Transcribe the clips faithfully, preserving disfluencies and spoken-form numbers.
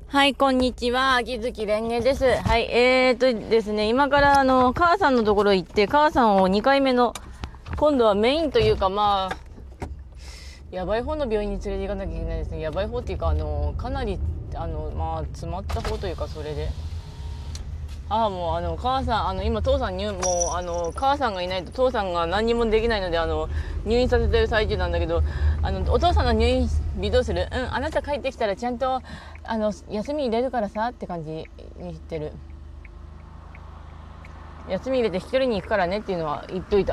はい、こんにちは。秋月蓮華です。はい、えーとですね、今からあの、母さんのところ行って、母さんをにかいめの、今度はメインというか、まあ、やばい方の病院に連れて行かなきゃいけないですね。やばい方っていうか、あの、かなり、あの、まあ、詰まった方というか、それで。母も、あの、母さん、あの、今、父さん入、もう、あの、母さんがいないと、父さんが何にもできないので、あの、入院させてる最中なんだけど、あの、お父さんの入院日どうする？うん、あなた帰ってきたらちゃんと、あの、休み入れるからさ、って感じに言ってる。休み入れて引き取りに行くからねっていうのは言っといた。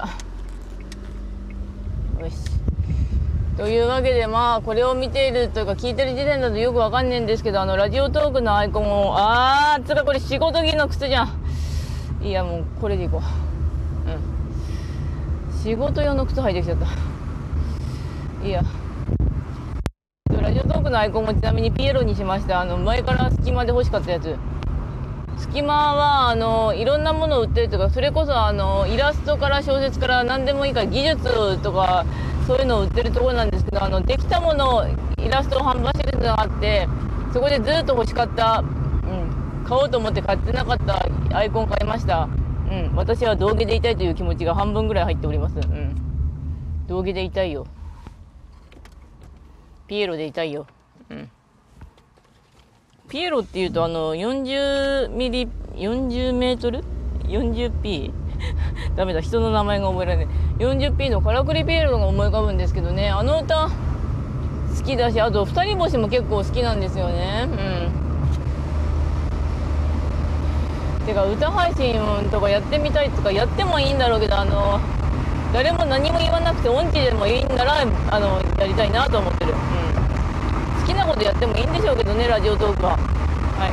よし。というわけで、まあ、これを見ているというか、聞いてる時点だとよくわかんねえんですけど、あの、ラジオトークのアイコンを、あー、つかこれ仕事着の靴じゃん。いや、もう、これでいこう。うん。仕事用の靴履いてきちゃった。いや。ラジオトークのアイコンもちなみにピエロにしました。あの、前から隙間で欲しかったやつ。隙間は、あの、いろんなものを売ってるとか、それこそ、あの、イラストから小説から何でもいいから、技術とか、そういうのを売ってるところなんですけど、あの、できたものを、イラストを販売してるのがあって、そこでずっと欲しかった、うん、買おうと思って買ってなかったアイコン買いました。うん、私は道化でいたいという気持ちが半分ぐらい入っております。うん。道化でいたいよ。ピエロでいたいよ。うん。ピエロっていうと、あの、よんじゅうミリ、よんじゅうメートル ?よんじゅうピー? ダメだ、人の名前が覚えられない。よんじゅうピー のカラクリピエロが思い浮かぶんですけどね、あの歌、好きだし、あと、二人星も結構好きなんですよね。うん。てか、歌配信とかやってみたいとか、やってもいいんだろうけど、あの、誰も何も言わなくて、音痴でもいいんなら、あの、やりたいなと思ってる。うん。好きなことやってもいいんでしょうけどね、ラジオトークは。はい。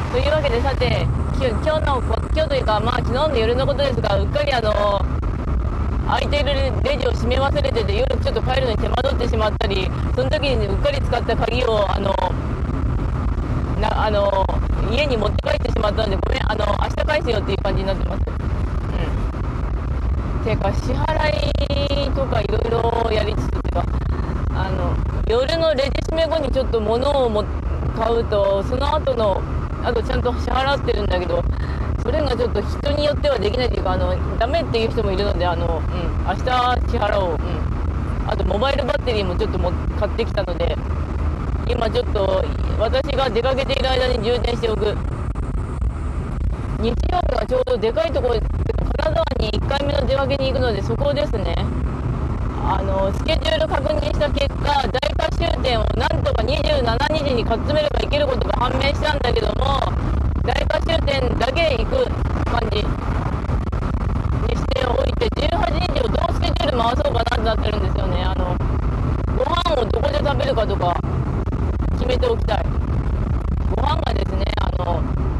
というわけで、さて、今日の、今日というか、まあ、昨日の夜のことですが、うっかりあの、空いているレジを閉め忘れてて、夜ちょっと帰るのに手間取ってしまったり、その時にうっかり使った鍵を、あの、な、あの、家に持って帰ってしまったので、ごめん、あの、明日返すよっていう感じになってます。うん。ていうか、支払いとかいろいろやりつつっていうか、あの、夜のレジ閉め後にちょっと物をも買うと、その後の、あとちゃんと支払ってるんだけど、それがちょっと人によってはできないというか、あの、ダメっていう人もいるので、あの、うん、明日支払おう。うん。あと、モバイルバッテリーもちょっとも買ってきたので、今ちょっと、私が出かけている間に充電しておく。日曜日はちょうどでかいところ、金沢にいっかいめの出かけに行くので、そこですね。あの、スケジュール確認した結果、大化終点をなんとかにじゅうしちにちにかっつめればいけることが判明したんだけども、大化終点だけ行く感じにしておいて、じゅうはちにちをどうスケジュール回そうかなってなってるんですよね。あの、ご飯をどこで食べるかとか決めておきたい。ご飯がですね、あの、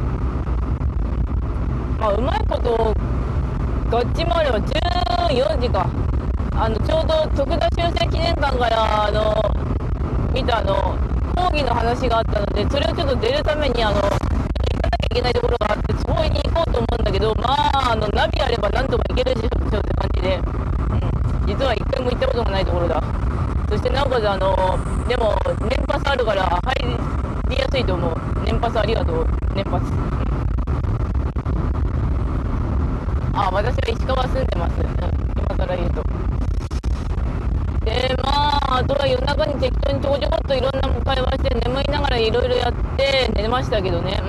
まあ、うまいこと、ガッチ回ればじゅうよじか。あの、ちょうど徳田修正記念館から、あの、見たあの、講義の話があったので、それをちょっと出るために、あの、行かなきゃいけないところがあって、そこに行こうと思うんだけど、まあ、あの、ナビあればなんとか行けるでしょって感じで、うん、実は一回も行ったことがないところだ。そしてなおかつ、あの、でも、年パスあるから入りやすいと思う。年パスありがとう、年パス。あ、私は石川住んでます。うん、今更言うと。で、まあ、あとは夜中に適当にちょこちょこっといろんな会話して眠いながらいろいろやって寝ましたけどね、うん。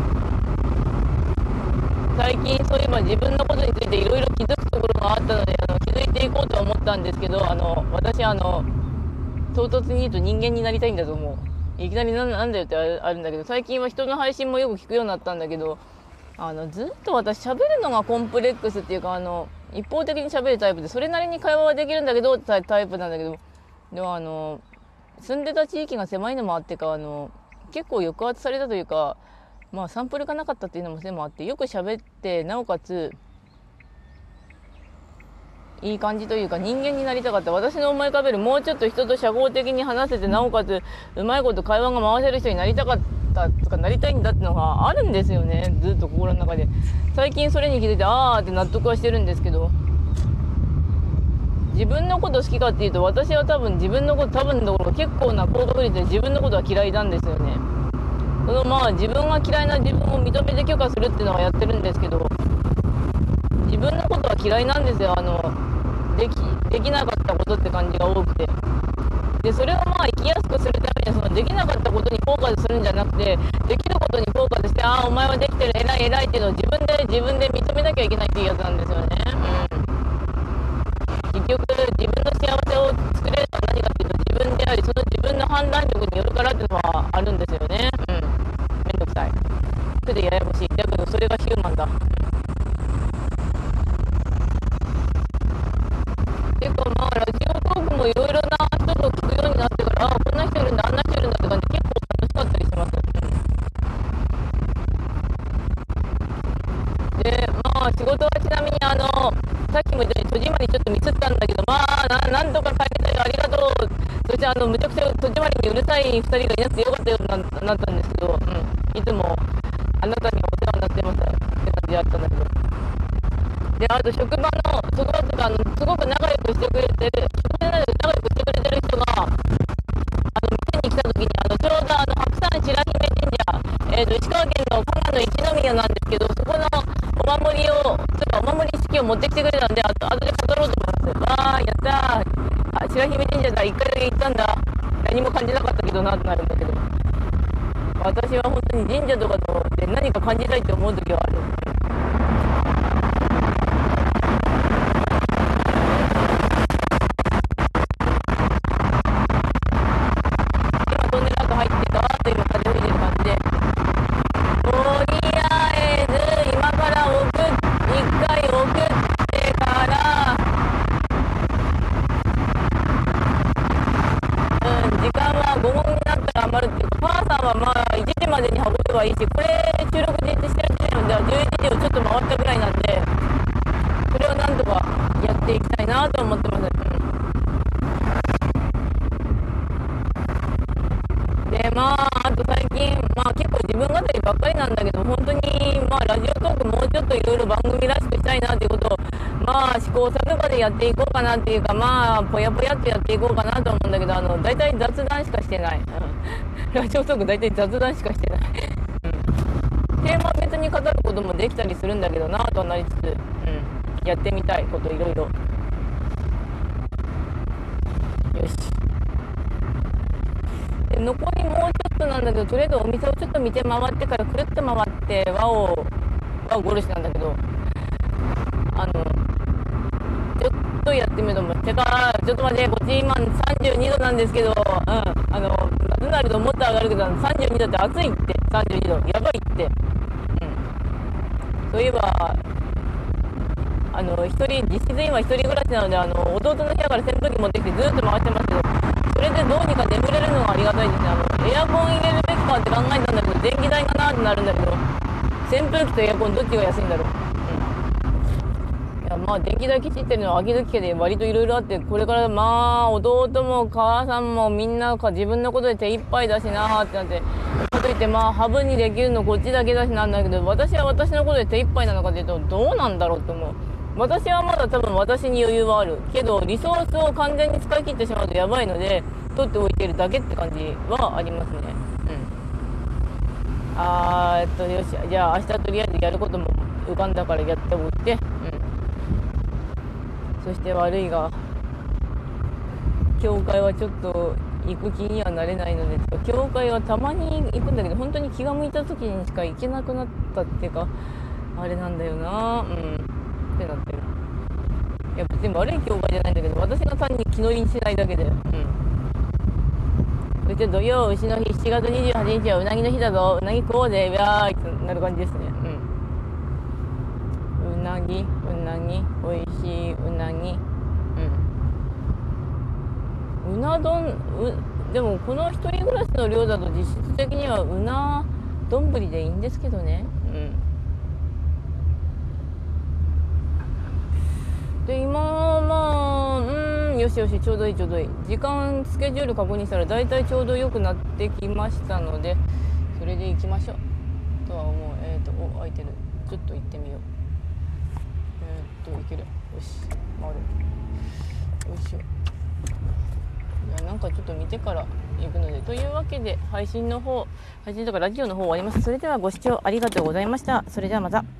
最近そういえば自分のことについていろいろ気づくところがあったので、あの気づいていこうと思ったんですけど、あの、私あの、唐突に言うと人間になりたいんだと思う。いきなりな、なんだよってあるんだけど、最近は人の配信もよく聞くようになったんだけど、あの、ずっと私喋るのがコンプレックスっていうか、あの、一方的に喋るタイプで、それなりに会話はできるんだけど、タイプなんだけど、でもあの、住んでた地域が狭いのもあってか、あの、結構抑圧されたというか、まあサンプルがなかったっていうのもせもあって、よく喋って、なおかつ、いい感じというか人間になりたかった。私の思い浮かべるもうちょっと人と社交的に話せて、なおかつうまいこと会話が回せる人になりたかったとかなりたいんだってのがあるんですよね、ずっと心の中で。最近それに気づいて、あーって納得はしてるんですけど、自分のこと好きかっていうと、私は多分自分のこと、多分のところ結構な高確率で自分のことは嫌いなんですよね。 そのまあ自分が嫌いな自分を認めて許可するっていうのはやってるんですけど、自分のことは嫌いなんですよ。あのできできなかったことって感じが多くて、でそれをまあ生きやすくするためには、そのできなかったことにフォーカスするんじゃなくて、できることにフォーカスして、ああお前はできてる、偉い偉いっていうのを自分で自分で認めなきゃいけないっていうやつなんですよね。うん、結局自分の幸せを作れるのは何かっていうと自分であり、その自分の判断力によるからっていうのはあるんですよね。うん、めんどくさい。それでややこしい。だけどそれがヒューマンだ。ていうかまあラジオトークもいろいろな人と聞くようになってから、あこんな人いるんだ、あんな人いるんだって感じで結構楽しかったりします。うん、でまあ仕事はちなみにあのさっきも言ったように戸締まりちょっとミスったんだけど、まあ な, なんとか解決ありがとう。そしてあのむちゃくちゃ戸締まりにうるさいふたりがいなくてよかったように な, なったんですけど、うん、いつもあなたにはお世話になってましたって感じだったんだけど、であと職場の職場とかあのすごく仲良くしてくれてる、職場で仲良くしてくれてる人があの店に来た時に、あのちょうどあの白山白姫神社、えー、と石川県の加賀の一宮なんですけど、そこのお守りをつかお守り式を持ってきてくれたんで、あと後で飾ろうと思います。わーやったー、あ白姫神社だ、いっかいだけ行ったんだ、何も感じなかったけどなってなるんだけど、私は本当に神社とかで何か感じたいって思う時はある。までに運べばいいし、これ収録実施してる時点ではじゅういちじをちょっと回ったぐらいなんで、それをなんとかやっていきたいなと思ってます。うん、でまああと最近まあ結構自分語りばっかりなんだけど、本当にまあラジオトークもうちょっといろいろ番組らしくしたいなっていうことをまあ試行錯誤でやっていこうかなっていうか、まあぽやぽやってやっていこうかなと思うんだけど、あのだいたい雑談しかしてない。ラジオトーク大体雑談しかしてない、うん、テーマは別に語ることもできたりするんだけどなぁとはなりつつ、うん、やってみたいこといろいろ。よし、で残りもうちょっとなんだけど、とりあえずお店をちょっと見て回ってからくるっと回って和を和をゴルシなんだけど、あのちょっとやってみると思う。てかちょっと待って、こっち今さんじゅうにどなんですけど、うん、あの夏になるともっと上がるけどさんじゅうにどって暑いって、さんじゅうにどやばいって、うん、そういえばあの一人実質今一人暮らしなので、あの弟の部屋から扇風機持ってきてずっと回してますけど、それでどうにか眠れるのがありがたいですね。あのエアコン入れるべきかって考えたんだけど、電気代かなってなるんだけど、扇風機とエアコンどっちが安いんだろう。まあ電気代きちってるのは秋月家で割といろいろあって、これからまあ弟も母さんもみんなか自分のことで手一杯だしなーってなって、かといってまあハブにできるのこっちだけだしなんだけど、私は私のことで手一杯なのかというとどうなんだろうと思う。私はまだ多分私に余裕はあるけど、リソースを完全に使い切ってしまうとやばいので取っておいてるだけって感じはありますね。うんあーえっとよし、じゃあ明日とりあえずやることも浮かんだからやっておいて、うんそして悪いが教会はちょっと行く気にはなれないので、教会はたまに行くんだけど、本当に気が向いた時にしか行けなくなったっていうか、あれなんだよな、うんってなってる。いや別に悪い教会じゃないんだけど、私が単に気乗りにしないだけで、うんそして土曜牛の日しちがつにじゅうはちにちはうなぎの日だぞ、うなぎ食おうぜ、うわーってなる感じですね。うんうなぎうなぎおいしいうなぎ、うんうな丼うでもこの一人暮らしの量だと実質的にはうな丼でいいんですけどね。うんで今まあうんよしよし、ちょうどいいちょうどいい時間、スケジュール確認したらだいたいちょうど良くなってきましたので、それで行きましょうとは思う。えっ、ー、とお空いてる、ちょっと行ってみよう。えっ、ー、といける、よし回る、よいしょ。いやなんかちょっと見てからいくので、というわけで配信の方配信とかラジオの方終わります。それではご視聴ありがとうございました。それではまた。